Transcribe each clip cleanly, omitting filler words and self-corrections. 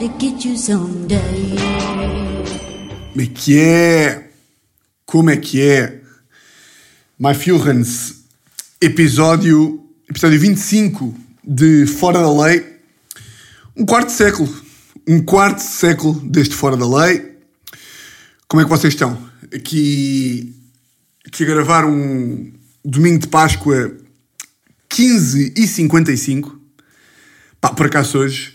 get you someday. Como é que é? Como é que é? My Führens, episódio 25 de Fora da Lei. Um quarto de século deste Fora da Lei. Como é que vocês estão? Aqui a gravar um domingo de Páscoa 15h55. Pá, por acaso hoje...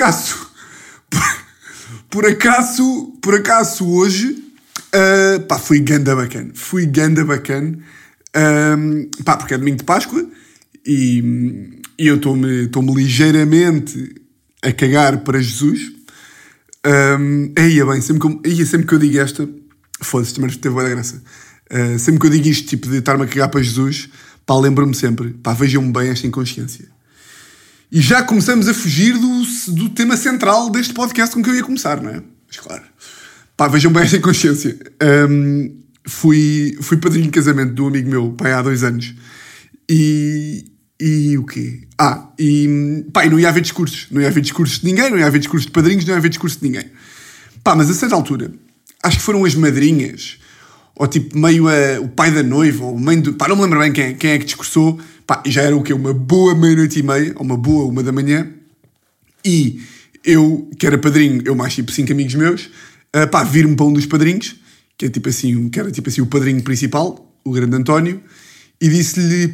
Por acaso hoje... fui ganda bacana. Porque é domingo de Páscoa e eu estou-me ligeiramente a cagar para Jesus. Sempre que eu digo esta... Foda-se, também teve boa graça. Sempre que eu digo isto, tipo de estar-me a cagar para Jesus, pá, lembro-me sempre. Pá, vejam-me bem esta inconsciência. E já começamos a fugir do tema central deste podcast com que eu ia começar, não é? Mas claro. Pá, vejam bem esta inconsciência. Fui padrinho de casamento de um amigo meu, pá, há 2 anos. E o quê? E não ia haver discursos. Não ia haver discursos de ninguém, não ia haver discursos de padrinhos, não ia haver discursos de ninguém. Pá, mas a certa altura, acho que foram as madrinhas, ou tipo meio o pai da noiva, ou mãe do... Pá, não me lembro bem quem é que discursou. Pá, e já era o quê? Uma boa meia-noite e meia, ou uma boa 1 da manhã. E eu, que era padrinho, eu mais tipo 5 amigos meus, vir-me para um dos padrinhos, que era tipo assim o padrinho principal, o grande António, e disse-lhe,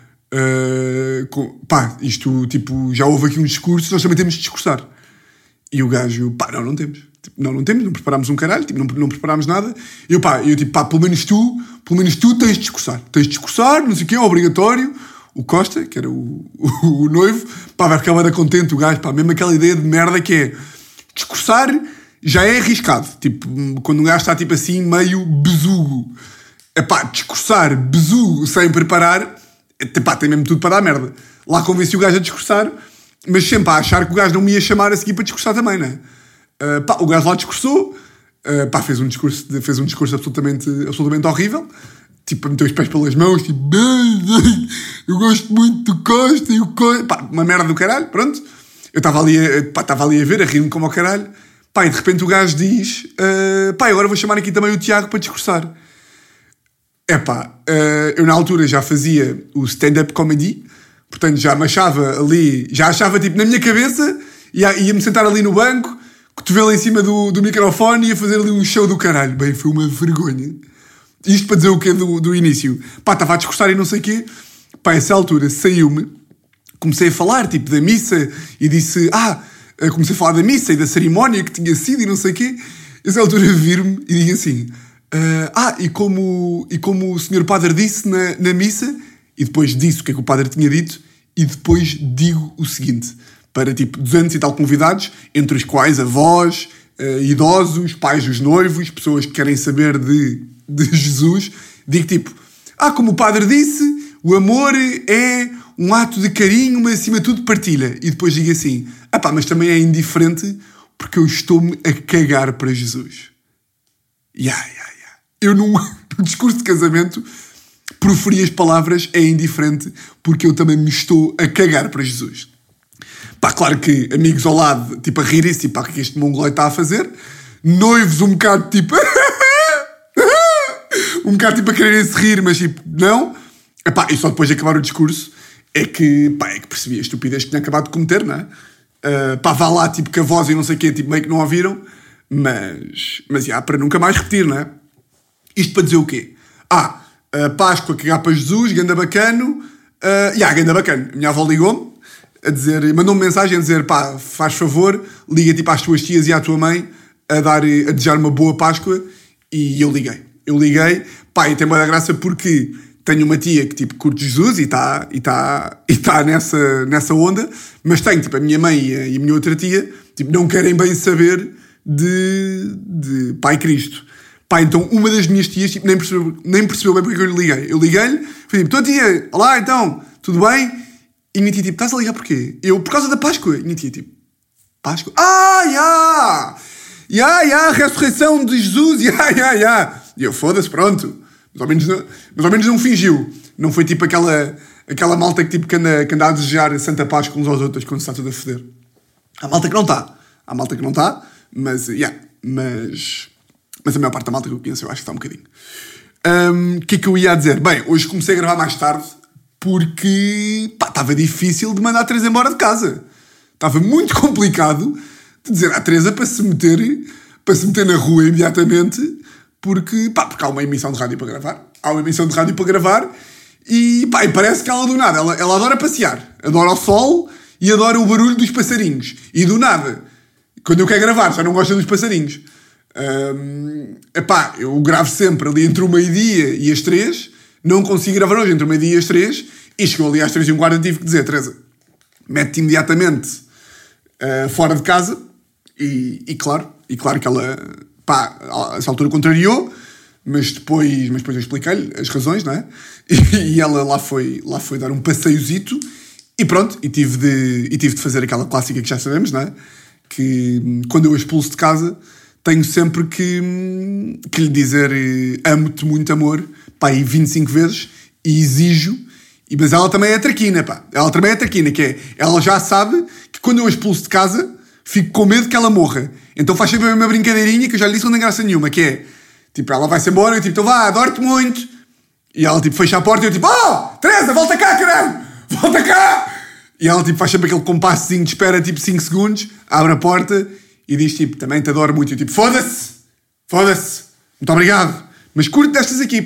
isto, tipo, já houve aqui um discurso, nós também temos de discursar. E o gajo, não temos. Tipo, não temos, não preparámos um caralho, tipo, não preparámos nada. E eu, pelo menos tu tens de discursar. Tens de discursar, não sei o quê, é obrigatório. O Costa, que era o noivo, vai ficar bem contente o gajo, mesmo aquela ideia de merda que é discursar já é arriscado. Tipo, quando um gajo está tipo assim, meio besugo. Discursar besugo sem preparar, tem mesmo tudo para dar merda. Lá convenci o gajo a discursar, mas sempre a achar que o gajo não me ia chamar a seguir para discursar também, não é? O gajo lá discursou, fez um discurso absolutamente horrível, tipo, meteu os pés pelas mãos, tipo, eu gosto muito do Costa e o Costa, uma merda do caralho, pronto. Eu estava ali a ver, a rir-me como ao caralho, e de repente o gajo diz, agora vou chamar aqui também o Tiago para discursar. Eu na altura já fazia o stand-up comedy, portanto já me achava ali, tipo na minha cabeça, ia-me sentar ali no banco, cotovelo em cima do microfone e ia fazer ali um show do caralho. Bem, foi uma vergonha. Isto para dizer o quê do início? Estava a discursar e não sei o quê. Essa altura saiu-me, comecei a falar tipo da missa e disse, comecei a falar da missa e da cerimónia que tinha sido e não sei o quê. Essa altura vir-me e digo assim, e como o senhor padre disse na missa, e depois disse o que é que o padre tinha dito, e depois digo o seguinte, para tipo 200 e tal convidados, entre os quais avós, idosos, pais dos noivos, pessoas que querem saber de Jesus, digo tipo, como o padre disse, o amor é um ato de carinho, mas acima de tudo partilha. E depois digo assim, mas também é indiferente porque eu estou-me a cagar para Jesus. Eu no discurso de casamento proferi as palavras é indiferente porque eu também me estou a cagar para Jesus. Claro que amigos ao lado, tipo, a rirem-se, tipo, o que este mongolóide está a fazer. Noivos um bocado, tipo... um bocado, tipo, a quererem-se rir, mas, tipo, não. E só depois de acabar o discurso é que percebi a estupidez que tinha acabado de cometer, não é? Vá lá, tipo, que a voz e não sei o quê, tipo, meio que não ouviram. Mas para nunca mais repetir, não é? Isto para dizer o quê? Páscoa, cagar para Jesus, ganda bacano. Ganda bacano. A minha avó ligou-me. Mandou-me mensagem a dizer, faz favor, liga tipo às tuas tias e à tua mãe a desejar uma boa Páscoa. E eu liguei, e tem muita graça porque tenho uma tia que tipo curte Jesus e está nessa onda, mas tenho tipo a minha mãe e a minha outra tia, tipo, não querem bem saber de Pai Cristo. Então uma das minhas tias tipo, nem percebeu bem porque eu lhe liguei. Eu liguei-lhe, falei tipo, tua tia, olá então, tudo bem? E a minha tia, tipo, estás a ligar porquê? Eu, por causa da Páscoa. E a minha tia, tipo, Páscoa? A ressurreição de Jesus, E eu, foda-se, pronto. Mas ao menos não fingiu. Não foi tipo aquela malta que anda a desejar Santa Páscoa uns aos outros quando se está tudo a foder. Há malta que não está. Há malta que não está, mas a maior parte da malta que eu conheço eu acho que está um bocadinho. O que é que eu ia dizer? Bem, hoje comecei a gravar mais tarde porque estava difícil de mandar a Teresa embora de casa. Estava muito complicado de dizer à Teresa para se meter na rua imediatamente porque há uma emissão de rádio para gravar. E parece que ela do nada, ela adora passear, adora o sol e adora o barulho dos passarinhos. E do nada, quando eu quero gravar, já não gosta dos passarinhos. Eu gravo sempre ali entre o meio-dia e as 3, não consigo gravar hoje entre o meio-dia e as 3, e chegou ali às 3h15 e tive que dizer, Teresa, mete-te imediatamente fora de casa, e claro que ela, a essa altura contrariou, mas depois eu expliquei-lhe as razões, não é? E ela lá foi dar um passeiozito, e pronto, e tive de fazer aquela clássica que já sabemos, não é? Que quando eu a expulso de casa, tenho sempre que lhe dizer amo-te muito, amor, e 25 vezes, e exijo, mas ela também é traquina, que é, ela já sabe que quando eu a expulso de casa, fico com medo que ela morra. Então faz sempre a mesma brincadeirinha que eu já lhe disse não tem graça nenhuma, que é, tipo, ela vai-se embora, eu tipo, então vá, adoro-te muito. E ela tipo, fecha a porta e eu tipo, Teresa, volta cá, caralho, volta cá. E ela tipo, faz sempre aquele compassozinho de espera, tipo 5 segundos, abre a porta e diz tipo, também te adoro muito. E eu tipo, foda-se, muito obrigado. Mas curto destas aqui,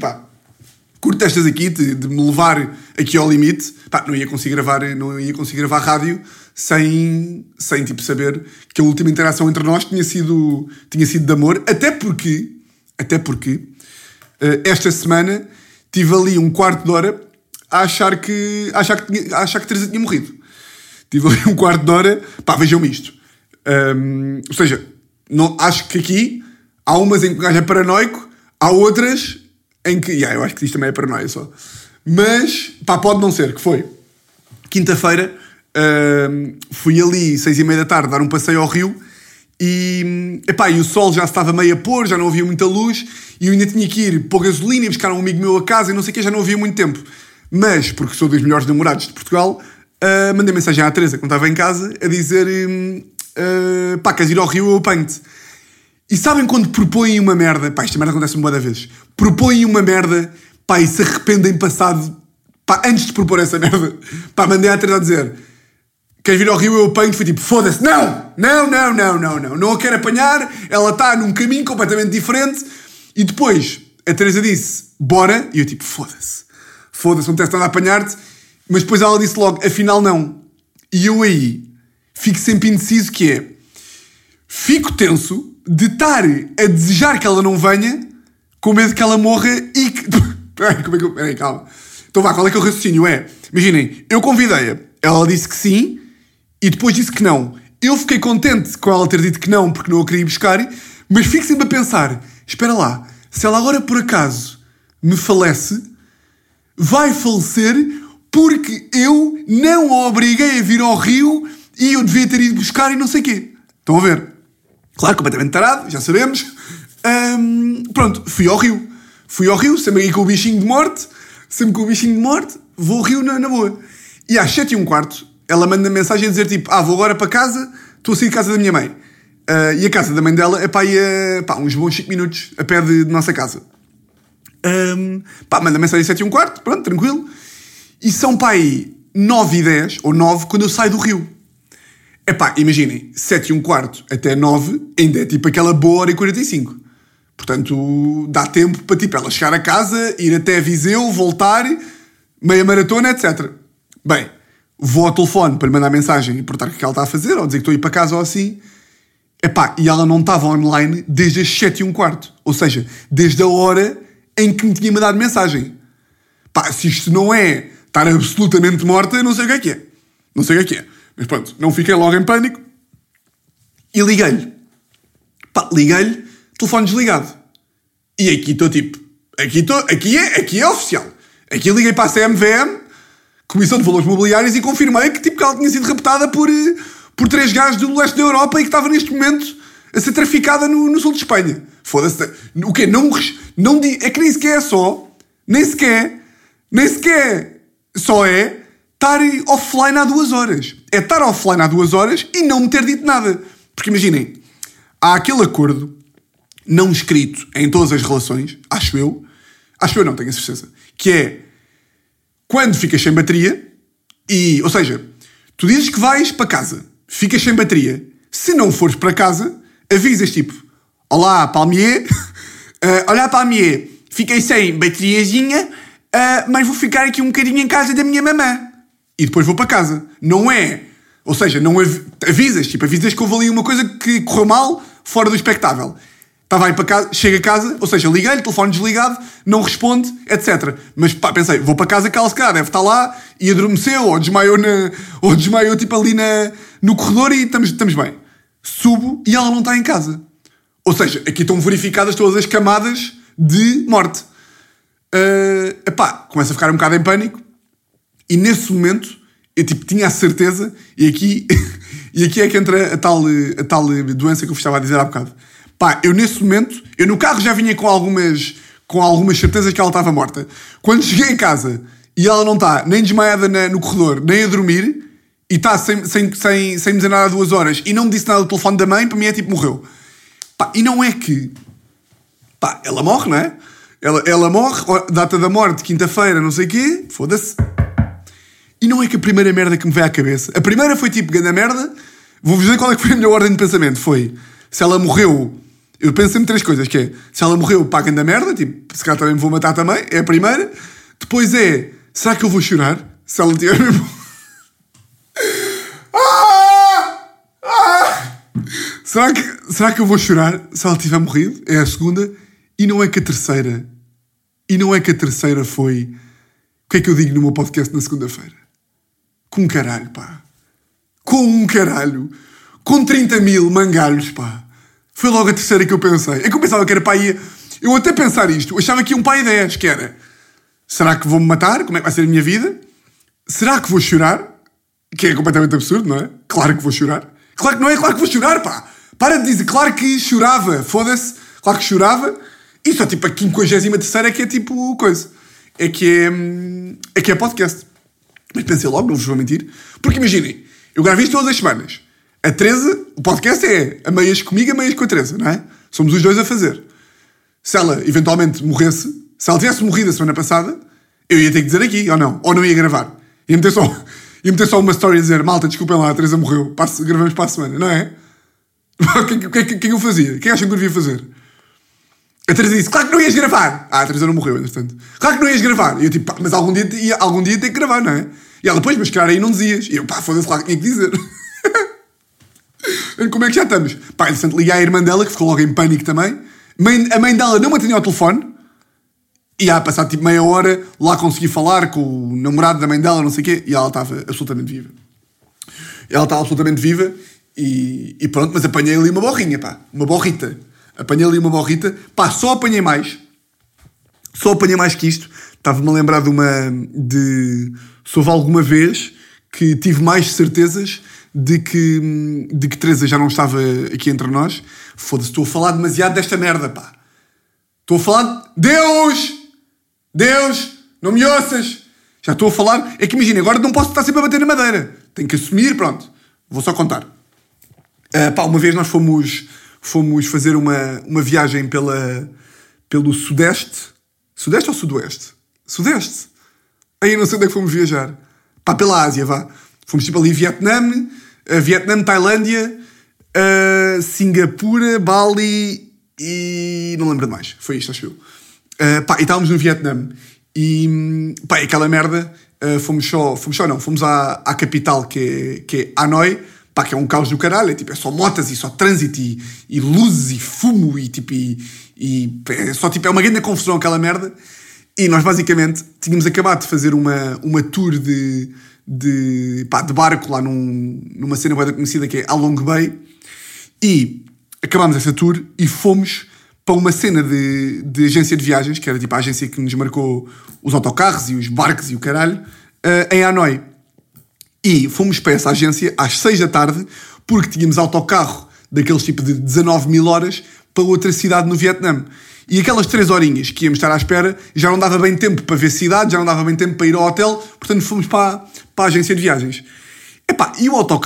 de me levar aqui ao limite. Não ia conseguir gravar rádio sem tipo, saber que a última interação entre nós tinha sido de amor. Até porque esta semana tive ali um quarto de hora a achar que Teresa tinha morrido. Tive ali um quarto de hora, vejam-me isto. Ou seja, não, acho que aqui há umas em que o gajo é paranoico, há outras em que, eu acho que isto também é paranoia só. Mas, pode não ser, que foi quinta-feira, fui ali 6h30 da tarde dar um passeio ao rio e o sol já se estava meio a pôr, já não havia muita luz e eu ainda tinha que ir pôr gasolina e buscar um amigo meu a casa e não sei o que, já não havia muito tempo. Mas, porque sou dos melhores namorados de Portugal, mandei mensagem à Teresa quando estava em casa a dizer queres ir ao rio, eu apanho-te. E sabem quando propõem uma merda, esta merda acontece uma boa vezes, propõem uma merda, e se arrependem passado, antes de propor essa merda, mandei à Teresa a dizer, queres vir ao rio, eu apanho-te, foi tipo, foda-se, não a quero apanhar, ela está num caminho completamente diferente, e depois a Teresa disse, bora, e eu tipo, foda-se, não te nada a apanhar-te, mas depois ela disse logo, afinal não, e eu aí fico sempre indeciso que é, fico tenso de estar a desejar que ela não venha, com medo que ela morra e que... Peraí, calma. Então qual é que é o raciocínio? Imaginem, eu convidei-a, ela disse que sim, e depois disse que não. Eu fiquei contente com ela ter dito que não, porque não a queria ir buscar, mas fico sempre a pensar, espera lá, se ela agora por acaso me falece, vai falecer porque eu não a obriguei a vir ao rio e eu devia ter ido buscar e não sei o quê. Estão a ver? Claro, completamente tarado, já sabemos. Pronto, fui ao rio, sempre aí com o bichinho de morte, vou ao rio na boa. E às 7h15, ela manda mensagem a dizer tipo, vou agora para casa, estou a sair de casa da minha mãe. E a casa da mãe dela é uns bons 5 minutos a pé de nossa casa. Manda mensagem às 7h15, pronto, tranquilo. E são 9h10 ou 9 quando eu saio do rio. Imaginem, 7h15 até 9 ainda é tipo aquela boa hora e 45. Portanto, dá tempo para tipo, ela chegar a casa, ir até Viseu, voltar, meia maratona, etc. Bem, vou ao telefone para lhe mandar mensagem e perguntar o que ela está a fazer, ou dizer que estou a ir para casa ou assim. E ela não estava online desde as 7h15. Ou seja, desde a hora em que me tinha mandado mensagem. Se isto não é estar absolutamente morta, eu não sei o que é. Mas pronto, não fiquei logo em pânico. E liguei-lhe. Liguei-lhe, telefone desligado. E aqui estou tipo... Aqui é oficial. Aqui liguei para a CMVM, Comissão de Valores Mobiliários, e confirmei que ela tinha sido raptada por 3 gajos do leste da Europa e que estava neste momento a ser traficada no sul de Espanha. Foda-se. O quê? Não é que nem sequer é só... Nem sequer só é... estar offline há 2 horas. É estar offline há 2 horas e não me ter dito nada. Porque imaginem, há aquele acordo não escrito em todas as relações, acho eu não, tenho a certeza, que é quando ficas sem bateria, ou seja, tu dizes que vais para casa, ficas sem bateria, se não fores para casa, avisas tipo, olá Palmier, olá Palmier, fiquei sem bateriazinha, mas vou ficar aqui um bocadinho em casa da minha mamã. E depois vou para casa. Não é... Ou seja, não avisas que houve ali uma coisa que correu mal fora do expectável. Estava aí para casa, chega a casa, ou seja, liguei-lhe, telefone desligado, não responde, etc. Mas pá, pensei, vou para casa que ela se calhar deve estar lá e adormeceu ou desmaiou tipo ali no corredor e estamos bem. Subo e ela não está em casa. Ou seja, aqui estão verificadas todas as camadas de morte. Começo a ficar um bocado em pânico e nesse momento eu tipo tinha a certeza e aqui é que entra a tal doença que eu vos estava a dizer há bocado. Pá, eu nesse momento, eu no carro já vinha com algumas certezas que ela estava morta. Quando cheguei em casa e ela não está nem desmaiada no corredor, nem a dormir, e está sem me dizer nada há 2 horas, e não me disse nada do telefone da mãe, para mim é tipo, morreu. Pá, e não é que... Pá, ela morre, não é? Ela morre, data da morte, quinta-feira, não sei o quê, foda-se. E não é que a primeira merda que me veio à cabeça... A primeira foi tipo, grande merda, vou-vos dizer qual é que foi a minha ordem de pensamento. Foi, se ela morreu... Eu penso sempre 3 coisas, que é, se ela morreu, pá, grande merda, tipo, se calhar também me vou matar também, é a primeira. Depois é, será que eu vou chorar? Se ela tiver mesmo... Será que eu vou chorar se ela tiver morrido? É a segunda. E não é que a terceira foi... O que é que eu digo no meu podcast na segunda-feira? Com um caralho, pá. Com um caralho. Com 30 mil mangalhos, pá. Foi logo a terceira que eu pensei. É que eu pensava que era pá... Eu até pensar isto, eu achava que ia um pá 10, que era... Será que vou-me matar? Como é que vai ser a minha vida? Será que vou chorar? Que é completamente absurdo, não é? Claro que vou chorar. Claro que não é, claro que vou chorar, pá. Para de dizer, claro que chorava. Foda-se. Claro que chorava. E só tipo a 53ª é que é tipo coisa. É que é podcast. Mas pensei logo, não vos vou mentir. Porque imaginem, eu gravo isto todas as semanas. A Teresa, o podcast é a meias comigo, a meias com a Teresa, não é? Somos os dois a fazer. Se ela eventualmente morresse, se ela tivesse morrido a semana passada, eu ia ter que dizer aqui, ou não? Ou não ia gravar. Ia meter só uma story a dizer, malta, desculpem lá, a Teresa morreu, gravamos para a semana, não é? O que eu fazia? O que acham que eu devia fazer? A Teresa disse, claro que não ias gravar. A Teresa não morreu, entretanto. Claro que não ias gravar. E eu tipo, pá, mas algum dia ia ter que gravar, não é? E ela, depois, mas claro, aí não dizias. E eu, pá, foda-se, claro que tinha que dizer. Como é que já estamos? Pá, entretanto, liguei à irmã dela, que ficou logo em pânico também. A mãe dela não me atendia ao telefone. E a passar tipo meia hora, lá consegui falar com o namorado da mãe dela, não sei o quê. E ela estava absolutamente viva. E pronto, mas apanhei ali uma borrinha, pá. Uma borrita. Apanhei ali uma borrita. Pá, só apanhei mais que isto. Estava-me a lembrar se houve alguma vez que tive mais certezas de que Teresa já não estava aqui entre nós. Foda-se, estou a falar demasiado desta merda, pá. Estou a falar... Deus, não me ouças. Já estou a falar... É que imagina, agora não posso estar sempre a bater na madeira. Tenho que assumir, pronto. Vou só contar. Pá, uma vez nós fomos fazer uma viagem pelo Sudeste. Sudeste ou Sudoeste? Sudeste. Aí não sei onde é que fomos viajar. Pá, pela Ásia, vá. Fomos tipo ali Vietnã, Tailândia, Singapura, Bali e... não lembro de mais. Foi isto, acho eu. Pá, e estávamos no Vietnã. E, pá, aquela merda... Fomos à capital, que é Hanoi. Pá, que é um caos do caralho, é só motas e só trânsito e luzes e fumo é só tipo, é uma grande confusão aquela merda. E nós basicamente tínhamos acabado de fazer uma tour de barco lá numa cena bem conhecida que é A Long Bay, e acabámos essa tour e fomos para uma cena de agência de viagens, que era tipo a agência que nos marcou os autocarros e os barcos e o caralho, em Hanoi. E fomos para essa agência às 6 da tarde, porque tínhamos autocarro daqueles tipo de 19 mil horas para outra cidade no Vietnã. E aquelas 3 horinhas que íamos estar à espera, já não dava bem tempo para ver cidade, já não dava bem tempo para ir ao hotel, portanto fomos para a agência de viagens. Epá, e o autocarro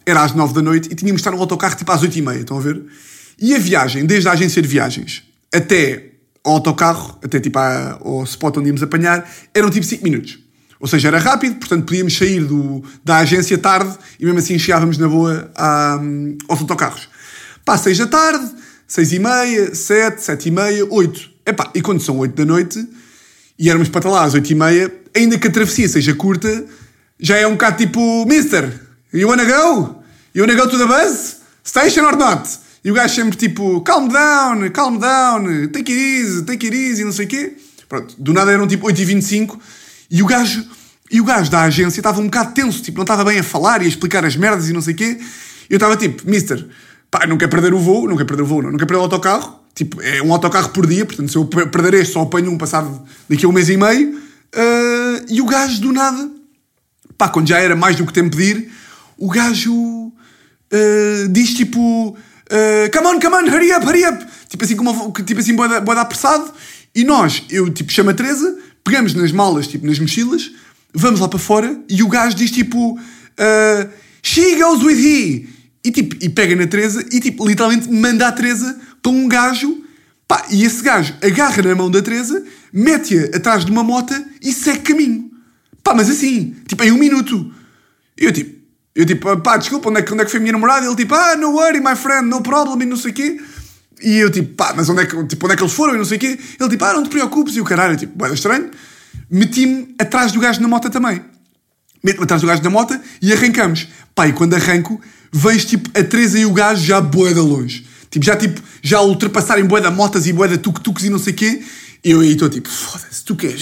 era às 9 da noite e tínhamos de estar no autocarro tipo às 8h30, estão a ver? E a viagem, desde a agência de viagens até ao autocarro, até tipo ao spot onde íamos apanhar, eram tipo 5 minutos. Ou seja, era rápido, portanto podíamos sair da agência tarde e mesmo assim chegávamos na boa aos autocarros. 6 da tarde, 6h30, 7, 7h30, 8. E quando são 8 da noite e éramos para estar lá às 8h30, ainda que a travessia seja curta, já é um bocado tipo, Mister, you wanna go? You wanna go to the bus? Station or not? E o gajo sempre tipo, calm down, take it easy, não sei o quê. Pronto, do nada eram tipo 8h25 e o gajo da agência estava um bocado tenso, tipo, não estava bem a falar e a explicar as merdas e não sei o quê. E eu estava tipo, Mister, não quero perder o voo, não quero perder o autocarro. Tipo, é um autocarro por dia, portanto, se eu perder este, só apanho um passado daqui a 1 mês e meio. E o gajo, do nada, quando já era mais do que tempo de ir, o gajo diz tipo, come on, hurry up. Tipo assim, bué apressado. E eu tipo, chamo a Teresa, pegamos nas malas, tipo, nas mochilas, vamos lá para fora e o gajo diz tipo, she goes with he. E pega na Teresa e tipo, literalmente manda a Teresa para um gajo, e esse gajo agarra na mão da Teresa, mete-a atrás de uma mota e segue caminho. Mas assim, tipo, em 1 minuto. Eu tipo, desculpa, onde é que foi a minha namorada? E ele tipo, no worry, my friend, no problem, e não sei o quê. E eu tipo, mas onde é que eles foram e não sei o quê? Ele tipo, não te preocupes, e o caralho, eu tipo, estranho. Meti-me atrás do gajo na moto também. Meto-me atrás do gajo na moto e arrancamos. E quando arranco, vejo tipo a Teresa e o gajo já bué de longe. Já ultrapassarem bué da motas e bué da tuk-tuks e não sei o quê. E eu aí estou tipo, foda-se, tu queres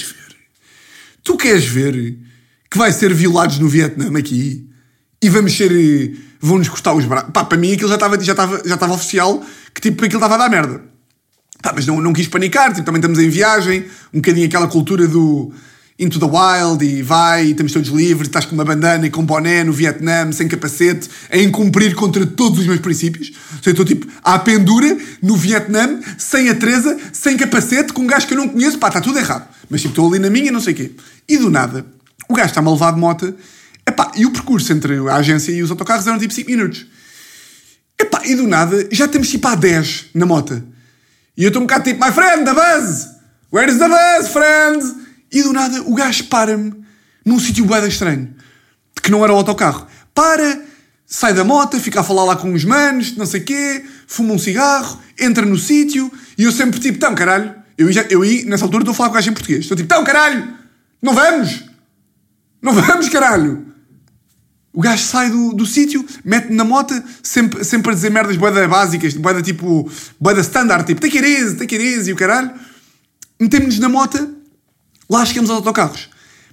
ver que vai ser violados no Vietnã aqui? E vão-nos cortar os braços. Para mim aquilo já estava oficial que tipo aquilo estava a dar merda. Mas não quis panicar, tipo, também estamos em viagem, um bocadinho aquela cultura do into the wild e estamos todos livres, estás com uma bandana e com boné no Vietnã, sem capacete, a incumprir contra todos os meus princípios. Eu estou tipo à pendura no Vietnã, sem a Teresa, sem capacete, com um gajo que eu não conheço, está tudo errado. Mas tipo, estou ali na minha, não sei o quê. E do nada, o gajo está-me a levar de moto, e o percurso entre a agência e os autocarros eram tipo 5 minutos. E do nada, já temos tipo a 10 na moto. E eu estou um bocado tipo, my friend, the bus! Where is the bus, friend? E do nada o gajo para-me num sítio bué estranho, que não era o autocarro. Sai da moto, fica a falar lá com uns manos, não sei o quê, fuma um cigarro, entra no sítio, e eu sempre tipo, caralho. Eu nessa altura estou a falar com o gajo em português. Estou tipo, caralho, não vamos, caralho. O gajo sai do sítio, mete-me na moto, sempre a dizer merdas bué básicas, bué standard, tipo, take it easy, e o caralho. Metemos-nos na moto. Lá chegamos aos autocarros.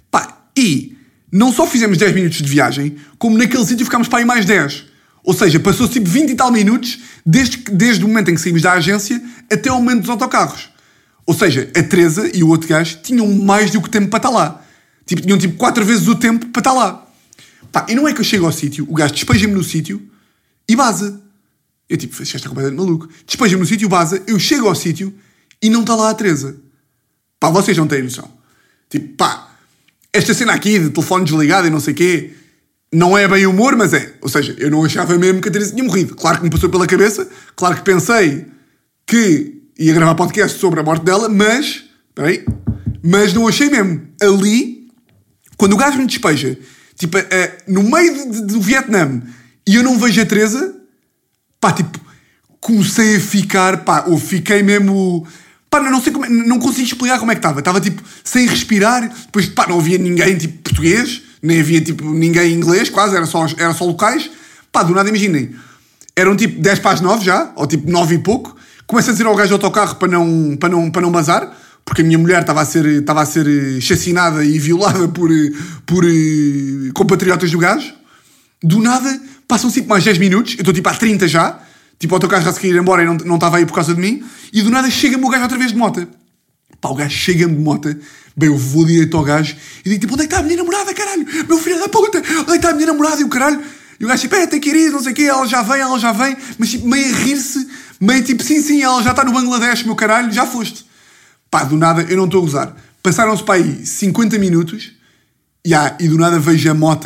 E não só fizemos 10 minutos de viagem, como naquele sítio ficámos para aí mais 10. Ou seja, passou-se tipo 20 e tal minutos desde o momento em que saímos da agência até o momento dos autocarros. Ou seja, a Teresa e o outro gajo tinham mais do que tempo para estar lá. Tinham 4 vezes o tempo para estar lá. E não é que eu chego ao sítio, o gajo despeja-me no sítio e baza. Eu tipo, já está completamente maluco. Despeja-me no sítio, baza, eu chego ao sítio e não está lá a Teresa. Vocês não têm noção. Tipo, esta cena aqui de telefone desligado e não sei o quê, não é bem humor, mas é. Ou seja, eu não achava mesmo que a Teresa tinha morrido. Claro que me passou pela cabeça, claro que pensei que ia gravar podcast sobre a morte dela, mas mas não achei mesmo. Ali, quando o gajo me despeja, tipo, no meio do Vietnã, e eu não vejo a Teresa, tipo, comecei a ficar, ou fiquei mesmo... não sei como, não consigo explicar como é que estava. Estava tipo sem respirar. Depois não havia ninguém tipo português, nem havia tipo ninguém inglês, quase, era só locais. Do nada, imaginem, eram tipo 10 para as 9 já, ou tipo 9 e pouco. Começo a dizer ao gajo do autocarro para não bazar, porque a minha mulher estava a ser chacinada e violada por compatriotas do gajo. Do nada, passam tipo mais 10 minutos, eu estou tipo há 30 já. Tipo, o autocarro já se queria ir embora e não estava aí por causa de mim. E do nada chega-me o gajo outra vez de moto. O gajo chega-me de moto. Eu vou direito ao gajo e digo tipo, onde é que está a minha namorada, caralho? Meu filho da puta, onde é que está a minha namorada? E o caralho. E o gajo tipo, tem que ir, não sei o quê, ela já vem. Mas tipo, meio a rir-se, meio tipo, sim, ela já está no Bangladesh, meu caralho, já foste. Do nada, eu não estou a gozar. Passaram-se para aí 50 minutos e do nada vejo a moto,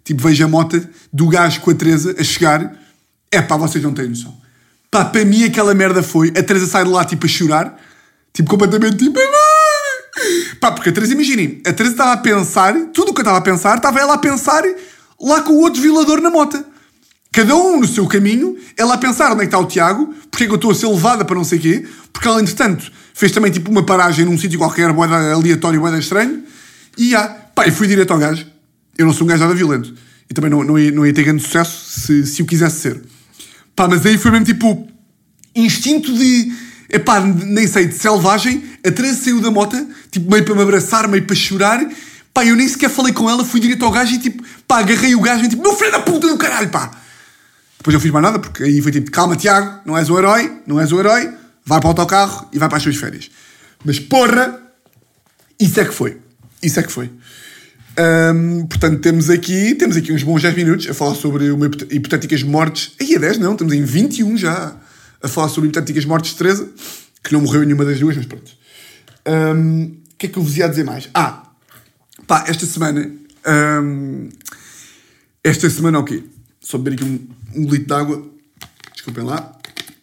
tipo, vejo a moto do gajo com a Teresa a chegar. Vocês não têm noção. Para mim aquela merda foi, a Teresa sai de lá, tipo, a chorar, tipo, completamente, tipo, porque a Teresa, imaginem, a Teresa estava a pensar, tudo o que eu estava a pensar, estava ela a pensar lá com o outro violador na moto. Cada um no seu caminho, ela a pensar onde é que está o Tiago, porque é que eu estou a ser levada para não sei o quê, porque ela, entretanto, fez também tipo uma paragem num sítio qualquer, boeda aleatório, boeda estranho, e eu fui direto ao gajo. Eu não sou um gajo nada violento. E também não ia ter grande sucesso se o quisesse ser. Mas aí foi mesmo tipo instinto de, nem sei, de selvagem. A Teresa saiu da moto, tipo meio para me abraçar, meio para chorar. Eu nem sequer falei com ela, fui direto ao gajo e tipo, agarrei o gajo e tipo, meu filho da puta do caralho, Depois não fiz mais nada, porque aí foi tipo, calma Tiago, não és o herói, vai para o autocarro e vai para as suas férias. Mas porra, isso é que foi. Portanto, temos aqui uns bons 10 minutos a falar sobre uma hipotéticas mortes. Aí é 10 não, estamos em 21 já a falar sobre hipotéticas mortes de Teresa, que não morreu em nenhuma das duas, mas pronto. O que é que eu vos ia dizer mais? Esta semana o quê? Só beber aqui um litro de água. Desculpem lá.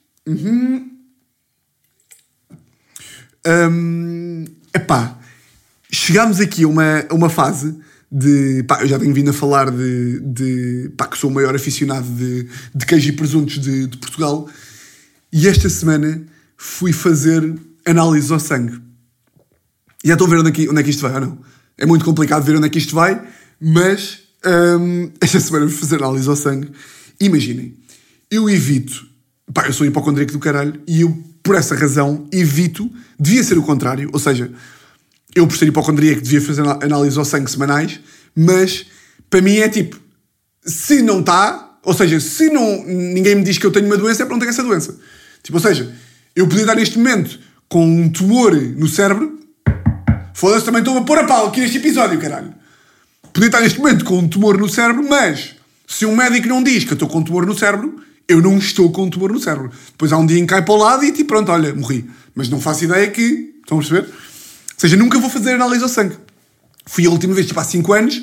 Chegámos aqui a uma fase de... eu já tenho vindo a falar que sou o maior aficionado de queijo e presuntos de Portugal. E esta semana fui fazer análise ao sangue. Já estou a ver onde é que isto vai, ou não? É muito complicado ver onde é que isto vai, mas esta semana fui fazer análise ao sangue. Imaginem, eu evito... eu sou hipocondríaco do caralho e eu, por essa razão, evito... Devia ser o contrário, ou seja... Eu, por ser hipocondríaco, devia fazer análise ao sangue semanais, mas para mim é tipo, se não está, ou seja, se ninguém me diz que eu tenho uma doença, é para não ter essa doença. Tipo, ou seja, eu podia estar neste momento com um tumor no cérebro, foda-se, também estou a pôr a pau aqui neste episódio, caralho. Podia estar neste momento com um tumor no cérebro, mas se um médico não diz que eu estou com um tumor no cérebro, eu não estou com um tumor no cérebro. Depois há um dia em que cai para o lado e tipo, pronto, olha, morri. Mas não faço ideia que... Estão a perceber? Ou seja, nunca vou fazer análise ao sangue. Fui a última vez, tipo, há 5 anos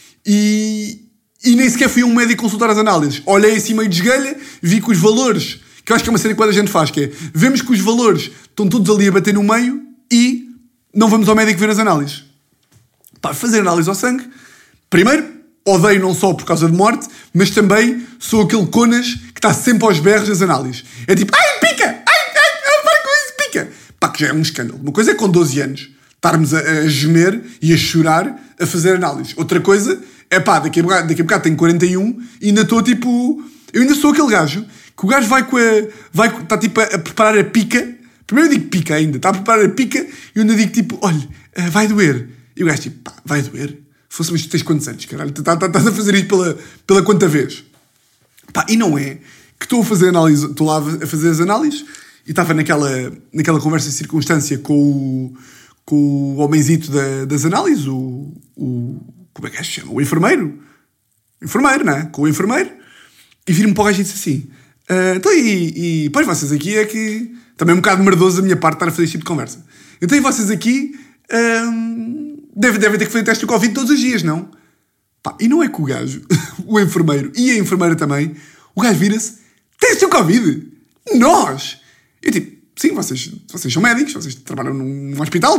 e nem sequer fui a um médico consultar as análises. Olhei assim meio de esgalha, vi que os valores, que eu acho que é uma série que a gente faz, que é, vemos que os valores estão todos ali a bater no meio e não vamos ao médico ver as análises. Fazer análise ao sangue, primeiro, odeio não só por causa de morte, mas também sou aquele conas que está sempre aos berros das análises. É tipo, pica! Para com isso, pica! Que já é um escândalo. Uma coisa é com 12 anos estarmos a gemer e a chorar a fazer análise. Outra coisa é daqui a bocado tenho 41 e ainda estou tipo... Eu ainda sou aquele gajo que o gajo está tipo a preparar a pica. Primeiro eu digo pica ainda. Está a preparar a pica e eu ainda digo tipo, olha, vai doer. E o gajo tipo, vai doer? Fosse-me, tu tens quantos anos, caralho? Estás a fazer isto pela quanta vez? E não é que estou a fazer análise, estou lá a fazer as análises e estava naquela conversa de circunstância com o homenzito das análises, como é que se chama? O enfermeiro. Enfermeiro, não é? Com o enfermeiro. E viro-me para o gajo e disse assim, então pois vocês aqui é que... Também é um bocado merdoso da minha parte estar a fazer este tipo de conversa. Então e vocês aqui devem ter que fazer teste do Covid todos os dias, não? E não é que o gajo, o enfermeiro e a enfermeira também, o gajo vira-se, teste do Covid? Nós! Eu tipo, sim, vocês são médicos, vocês trabalham num hospital,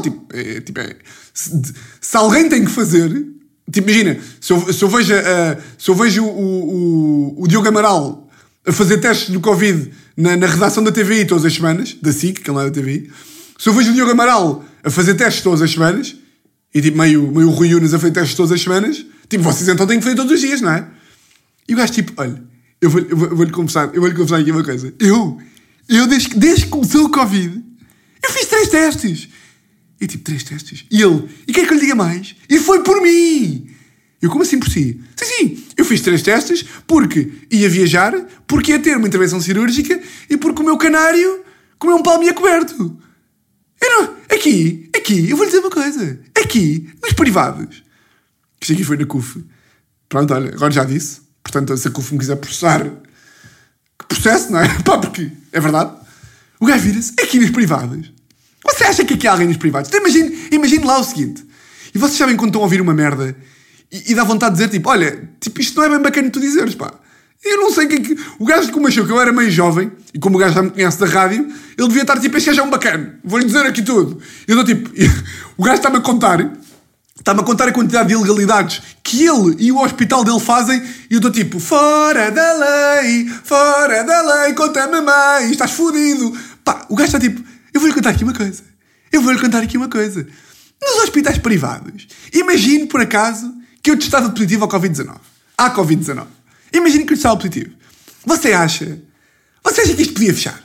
se alguém tem que fazer, tipo, imagina, se eu vejo o Diogo Amaral a fazer testes do Covid na redação da TVI todas as semanas, da SIC, que ele não é da TVI, se eu vejo o Diogo Amaral a fazer testes todas as semanas, e tipo, meio o Rui Unas a fazer testes todas as semanas, tipo, vocês então têm que fazer todos os dias, não é? E o gajo tipo, olha, eu vou-lhe confessar aqui uma coisa, desde que começou o Covid, eu fiz 3 testes. E tipo, 3 testes. E ele, e quer que eu lhe diga mais? E foi por mim. Eu, como assim por si? Sim, eu fiz 3 testes porque ia viajar, porque ia ter uma intervenção cirúrgica e porque o meu canário comeu um palmier coberto. Aqui, eu vou-lhe dizer uma coisa. Aqui, nos privados. Isto aqui foi na CUF. Pronto, olha, agora já disse. Portanto, se a CUF me quiser processar, que processo, não é? Porque é verdade. O gajo vira-se aqui nos privados. Você acha que aqui há alguém nos privados? Então imagine lá o seguinte. E vocês sabem quando estão a ouvir uma merda E dá vontade de dizer, tipo, olha, tipo, isto não é bem bacana tu dizeres, pá. Eu não sei o que é que... O gajo, como achou que eu era meio jovem, e como o gajo já me conhece da rádio, ele devia estar tipo, este gajo é um bacana, vou-lhe dizer aqui tudo. Eu dou tipo... O gajo está-me a contar a quantidade de ilegalidades que ele e o hospital dele fazem, e eu dou tipo, fora da lei, conta-me mãe, estás fodido. Pá, o gajo está tipo, eu vou-lhe contar aqui uma coisa. Nos hospitais privados, imagine por acaso que eu testava positivo ao Covid-19. À Covid-19. Imagine que eu testava positivo. Você acha que isto podia fechar?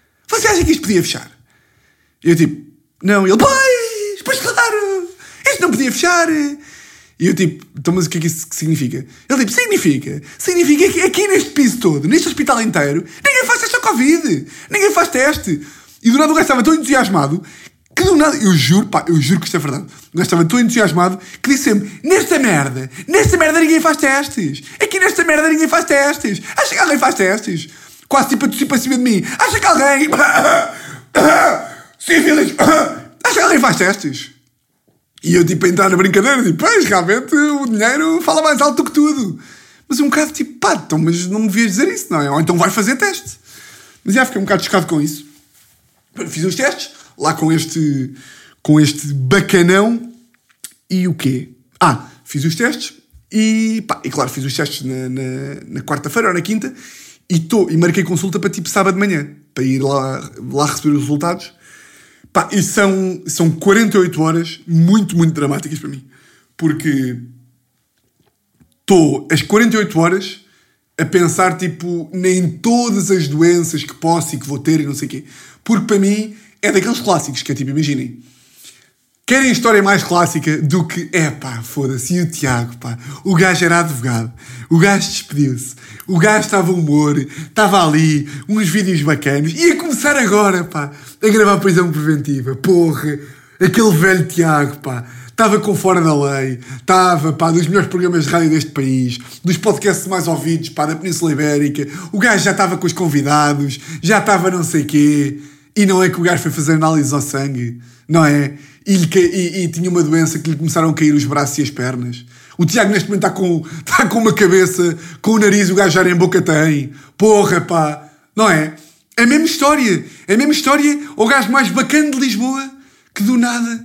E eu tipo, não. E ele, pois claro, isto não podia fechar. E eu tipo, então mas o que é que isso significa? Ele tipo, significa que aqui neste piso todo, neste hospital inteiro, ninguém faz teste ao Covid. Ninguém faz teste. E do nada o gajo estava tão entusiasmado que do nada, eu juro que isto é verdade. O gajo estava tão entusiasmado que disse sempre, nesta merda ninguém faz testes. Aqui nesta merda ninguém faz testes. Acha que alguém faz testes? Quase tipo a tossir para cima de mim. Acha que alguém... Sífilis. Acha que alguém faz testes? E eu tipo a entrar na brincadeira, tipo, pois, realmente o dinheiro fala mais alto do que tudo. Mas um bocado tipo, pá, então, mas não me devias dizer isso, não é? Ou então vai fazer teste. Mas já fiquei um bocado chocado com isso. Fiz os testes, lá com este bacanão. E o quê? Fiz os testes e claro, fiz os testes na quarta-feira ou na quinta e marquei consulta para tipo sábado de manhã, para ir lá receber os resultados. Pá, e são 48 horas muito, muito dramáticas para mim. Porque estou as 48 horas a pensar tipo em todas as doenças que posso e que vou ter e não sei o quê. Porque para mim é daqueles clássicos que é tipo, imaginem, querem história mais clássica do que, foda-se, e o Tiago, pá, o gajo era advogado, o gajo despediu-se, o gajo estava humor, estava ali, uns vídeos bacanos, ia começar agora, pá, a gravar prisão preventiva, porra, aquele velho Tiago, pá, estava com fora da lei, estava, pá, dos melhores programas de rádio deste país, dos podcasts mais ouvidos, pá, da Península Ibérica, o gajo já estava com os convidados, já estava não sei quê, e não é que o gajo foi fazer análise ao sangue, não é? E tinha uma doença que lhe começaram a cair os braços e as pernas. O Tiago neste momento está com uma cabeça, com o nariz, o gajo já nem boca tem. Porra, pá. Não é? É a mesma história. O gajo mais bacana de Lisboa que do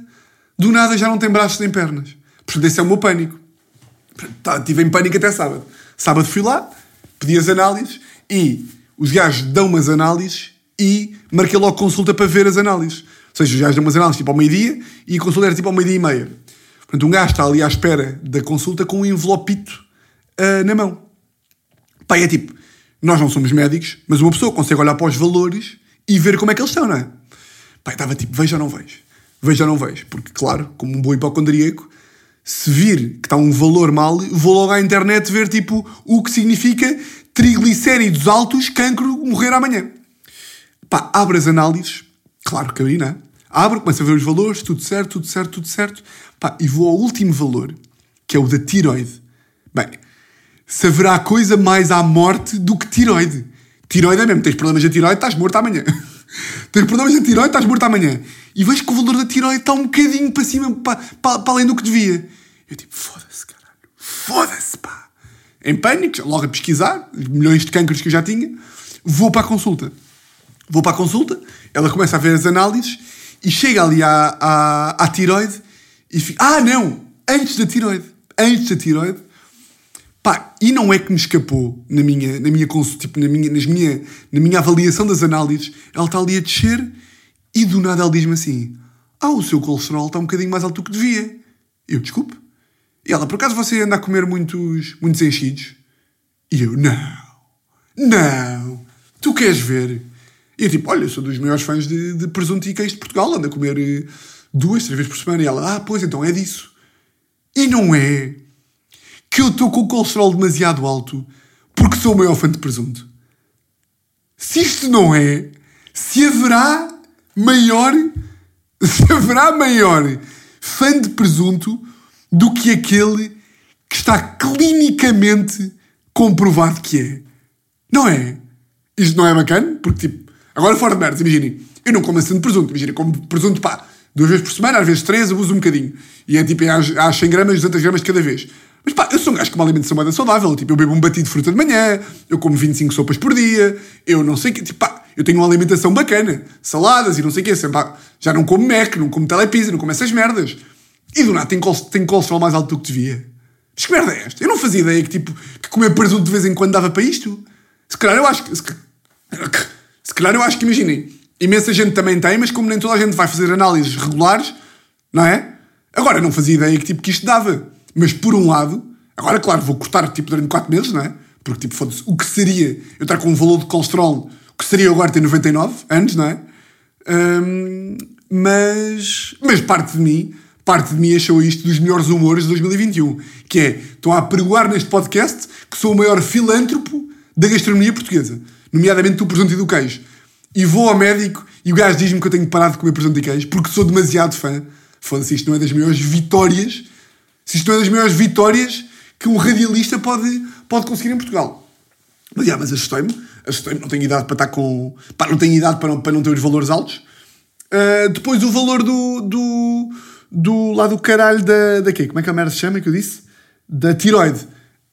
nada já não tem braços nem pernas. Portanto, esse é o meu pânico. Estive em pânico até sábado. Sábado fui lá, pedi as análises e os gajos dão-me as análises e marquei logo consulta para ver as análises. Ou seja, os gajos dão umas análises tipo ao meio-dia e a consulta era tipo ao meio-dia e meia. Portanto, um gajo está ali à espera da consulta com um envelopito na mão. Pá, é tipo, nós não somos médicos, mas uma pessoa consegue olhar para os valores e ver como é que eles estão, não é? Pá, estava tipo, vejo ou não vejo? Vejo ou não vejo? Porque, claro, como um bom hipocondríaco, se vir que está um valor mal, vou logo à internet ver tipo o que significa triglicéridos altos, cancro, morrer amanhã. Pá, abre as análises. Claro que abri, não é? Abro, começo a ver os valores, tudo certo. Pá, e vou ao último valor, que é o da tiroide. Bem, se haverá coisa mais à morte do que tiroide. Tiroide é mesmo, tens problemas de tiroide, estás morto amanhã. Tens problemas de tiroide, estás morto amanhã. E vejo que o valor da tiroide está um bocadinho para cima, para além do que devia. Eu tipo, foda-se, caralho. Foda-se, pá. Em pânico, logo a pesquisar, milhões de cânceres que eu já tinha. Vou para a consulta, ela começa a ver as análises e chega ali à tiroide e fica... não! Antes da tiroide. Pá, e não é que me escapou na minha consulta, tipo, na minha avaliação das análises, ela está ali a descer e do nada ela diz-me assim, o seu colesterol está um bocadinho mais alto do que devia. Eu, desculpe. E ela, por acaso você anda a comer muitos enchidos? E eu, não, tu queres ver? E eu tipo, olha, eu sou dos maiores fãs de presunto e queijo de Portugal, ando a comer 2, 3 vezes por semana. E ela, pois, então é disso. E não é que eu estou com o colesterol demasiado alto porque sou o maior fã de presunto. Se isto não é, se haverá maior fã de presunto do que aquele que está clinicamente comprovado que é. Não é? Isto não é bacana? Porque, tipo, agora fora de merda, imaginem, eu não como assim de presunto, imaginem, como presunto, pá, 2 vezes por semana, às vezes 3, abuso um bocadinho. E é tipo, às 100 gramas, 200 gramas de cada vez. Mas pá, eu sou um gajo com uma alimentação mais saudável. Tipo, eu bebo um batido de fruta de manhã, eu como 25 sopas por dia, eu não sei o quê. Tipo, pá, eu tenho uma alimentação bacana. Saladas e não sei o quê. Sempre, pá, já não como Mac, não como Telepizza, não como essas merdas. E do nada tenho colesterol mais alto do que devia. Mas que merda é esta? Eu não fazia ideia que, tipo, que comer presunto de vez em quando dava para isto. Se calhar eu acho que, imaginem, imensa gente também tem, mas como nem toda a gente vai fazer análises regulares, não é? Agora, eu não fazia ideia que isto dava. Mas, por um lado, agora, claro, vou cortar, tipo, durante 4 meses, não é? Porque, tipo, foda-se, o que seria eu estar com um valor de colesterol, o que seria eu agora ter 99 anos, não é? Mas parte de mim achou isto dos melhores humores de 2021. Que é, estão a apregoar neste podcast que sou o maior filântropo da gastronomia portuguesa. Nomeadamente do presunto e do queijo. E vou ao médico e o gajo diz-me que eu tenho que parar de comer presunto e queijo porque sou demasiado fã. Foda-se, isto não é das maiores vitórias. Se isto não é das maiores vitórias que um radialista pode conseguir em Portugal. Mas assustei-me, não tenho idade para estar com... Pá, não tenho idade para não ter os valores altos. Depois o valor do lá do caralho da quê? Como é que a merda se chama que eu disse? Da tiroide.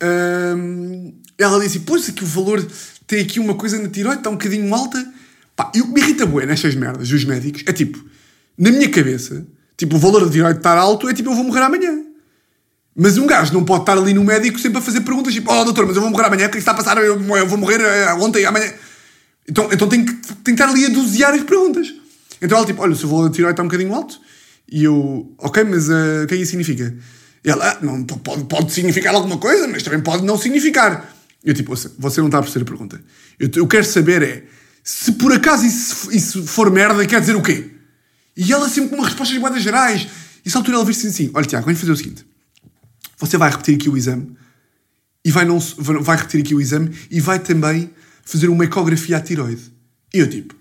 Ela disse, pois, que o valor tem aqui uma coisa na tiroide, está um bocadinho alta. Pá, e o que me irrita bué nestas merdas, os médicos, é tipo, na minha cabeça, tipo, o valor da tiroide estar alto é tipo, eu vou morrer amanhã. Mas um gajo não pode estar ali no médico sempre a fazer perguntas tipo, doutor, mas eu vou morrer amanhã, o que é que está a passar? Eu vou morrer ontem, amanhã. Então tem que estar ali a dosear as perguntas. Então ela tipo, olha, o seu valor da tiroide está um bocadinho alto. E eu, ok, mas o que é que isso significa? E ela, não, pode significar alguma coisa, mas também pode não significar. Eu tipo, você não está a perceber a pergunta. Eu quero saber é, se por acaso isso for merda, quer dizer o quê? E ela sempre com umas respostas mais gerais. E nessa altura ela vê-se assim, olha Tiago, vamos fazer o seguinte. Você vai repetir aqui o exame e vai repetir aqui o exame e vai também fazer uma ecografia à tiroide. E eu tipo,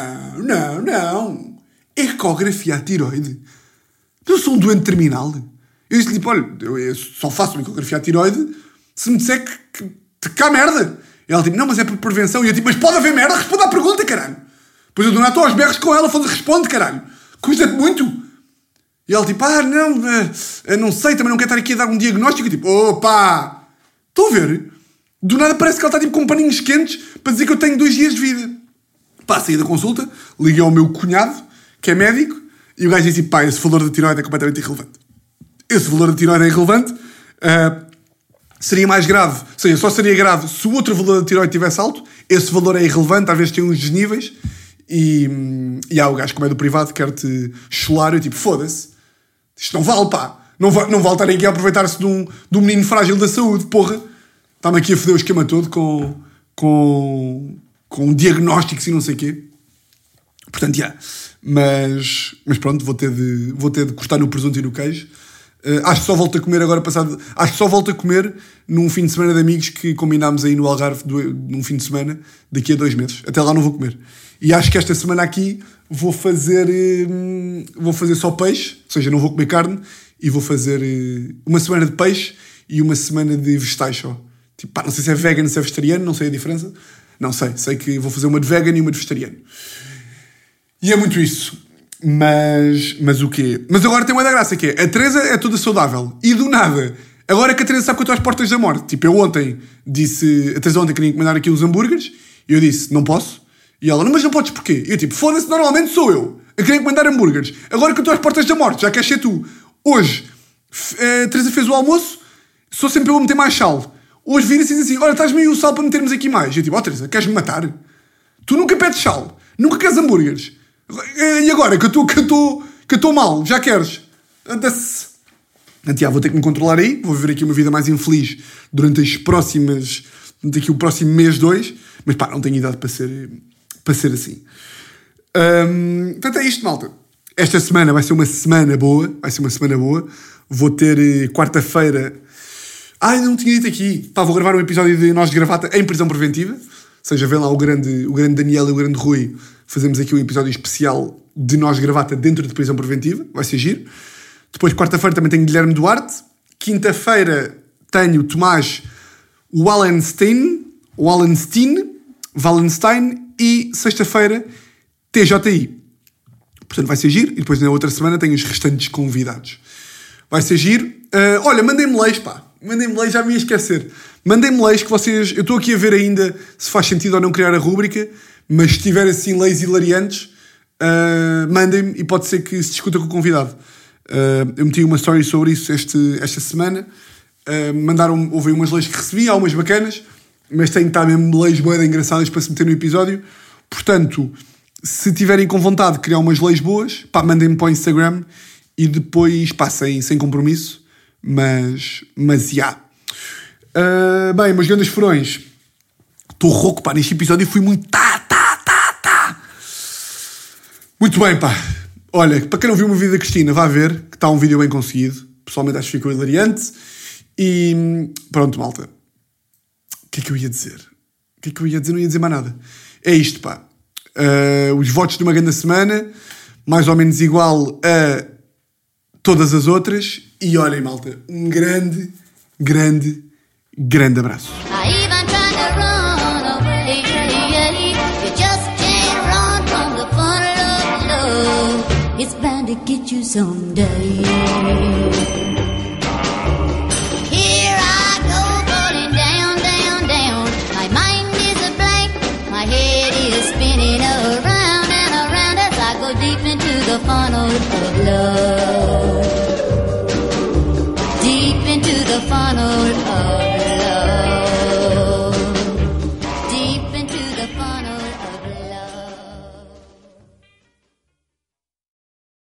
não. Ecografia à tiroide? Eu sou um doente terminal. Eu disse tipo, olha, eu só faço uma ecografia à tiroide se me disser que há merda. E ela tipo, não, mas é por prevenção. E eu tipo, mas pode haver merda? Responda à pergunta, caralho. Depois eu do nada estou aos berros com ela, responde, caralho. Custa-te muito. E ela tipo, não sei, também não quero estar aqui a dar um diagnóstico. E tipo, opa, estou a ver? Do nada parece que ela está tipo com paninhos quentes para dizer que eu tenho 2 dias de vida. Pá, saí da consulta, liguei ao meu cunhado, que é médico, e o gajo disse, pá, esse valor da tiroide é completamente irrelevante. Esse valor da tiroide é irrelevante. Seria mais grave, ou seja, só seria grave se o outro valor da tiroide estivesse alto. Esse valor é irrelevante, às vezes tem uns desníveis. E o gajo, como é do privado, quer-te chular. Eu tipo, foda-se. Isto não vale, pá. Não vale estar aqui a aproveitar-se de um menino frágil da saúde, porra. Está-me aqui a foder o esquema todo com diagnósticos e não sei o quê. Portanto, Mas pronto, vou ter de cortar no presunto e no queijo. Acho que só volto a comer agora passado... Acho que só volto a comer num fim de semana de amigos que combinámos aí no Algarve num fim de semana daqui a 2 meses. Até lá não vou comer. E acho que esta semana aqui vou fazer só peixe, ou seja, não vou comer carne, e vou fazer uma semana de peixe e uma semana de vegetais só. Tipo, pá, não sei se é vegan, se é vegetariano, não sei a diferença. Não sei que vou fazer uma de vegan e uma de vegetariano. E é muito isso. Mas o quê? Mas agora tem uma da graça, que é, a Teresa é toda saudável, e do nada, agora que a Teresa sabe que eu estou às portas da morte. Tipo, eu ontem disse, a Teresa ontem queria encomendar aqui uns hambúrgueres, e eu disse, não posso. E ela, mas não podes porquê? E eu tipo, foda-se, normalmente sou eu a querer encomendar hambúrgueres. Agora que eu estou às portas da morte, já queres ser tu. Hoje, a Teresa fez o almoço, sou sempre eu a meter mais sal. Hoje vira-se e diz assim, olha, estás-me aí o sal para metermos aqui mais. E eu tipo, Teresa, queres-me matar? Tu nunca pedes sal, nunca queres hambúrgueres. E agora, que eu estou mal, já queres? Vou ter que me controlar aí, vou viver aqui uma vida mais infeliz durante o próximo mês, 2, mas pá, não tenho idade para ser assim. Portanto é isto, malta. Esta semana vai ser uma semana boa. Vou ter quarta-feira... ainda não tinha dito aqui. Vou gravar um episódio de Nós de Gravata em prisão preventiva. Ou seja, vê lá o grande Daniel e o grande Rui. Fazemos aqui um episódio especial de Nós de Gravata dentro de prisão preventiva. Vai ser giro. Depois, quarta-feira, também tenho Guilherme Duarte. Quinta-feira tenho Tomás Wallenstein. E sexta-feira TJI. Portanto, vai ser giro. E depois, na outra semana, tenho os restantes convidados. Vai ser giro. Olha, mandem-me leis, pá. Mandem-me leis, já me ia esquecer. Mandem-me leis que vocês... Eu estou aqui a ver ainda se faz sentido ou não criar a rúbrica, mas se tiver assim leis hilariantes, mandem-me e pode ser que se discuta com o convidado. Eu meti uma story sobre isso esta semana. Houve umas leis que recebi, há umas bacanas, mas tem que estar mesmo leis boas engraçadas para se meter no episódio. Portanto, se tiverem com vontade de criar umas leis boas, pá, mandem-me para o Instagram e depois passem sem compromisso. Mas já. Bem, meus grandes furões. Estou rouco, pá, neste episódio fui muito... Muito bem, pá. Olha, para quem não viu o meu vídeo da Cristina, vá ver, que está um vídeo bem conseguido. Pessoalmente acho que ficou hilariante. E pronto, malta. O que é que eu ia dizer? Não ia dizer mais nada. É isto, pá. Os votos de uma grande semana, mais ou menos igual a todas as outras. E olhem, malta, um grande abraço. It's bound to get you someday. Here I go, falling down. My mind is a blank, my head is spinning around and around as I go deep into the funnel of love. Deep into the funnel of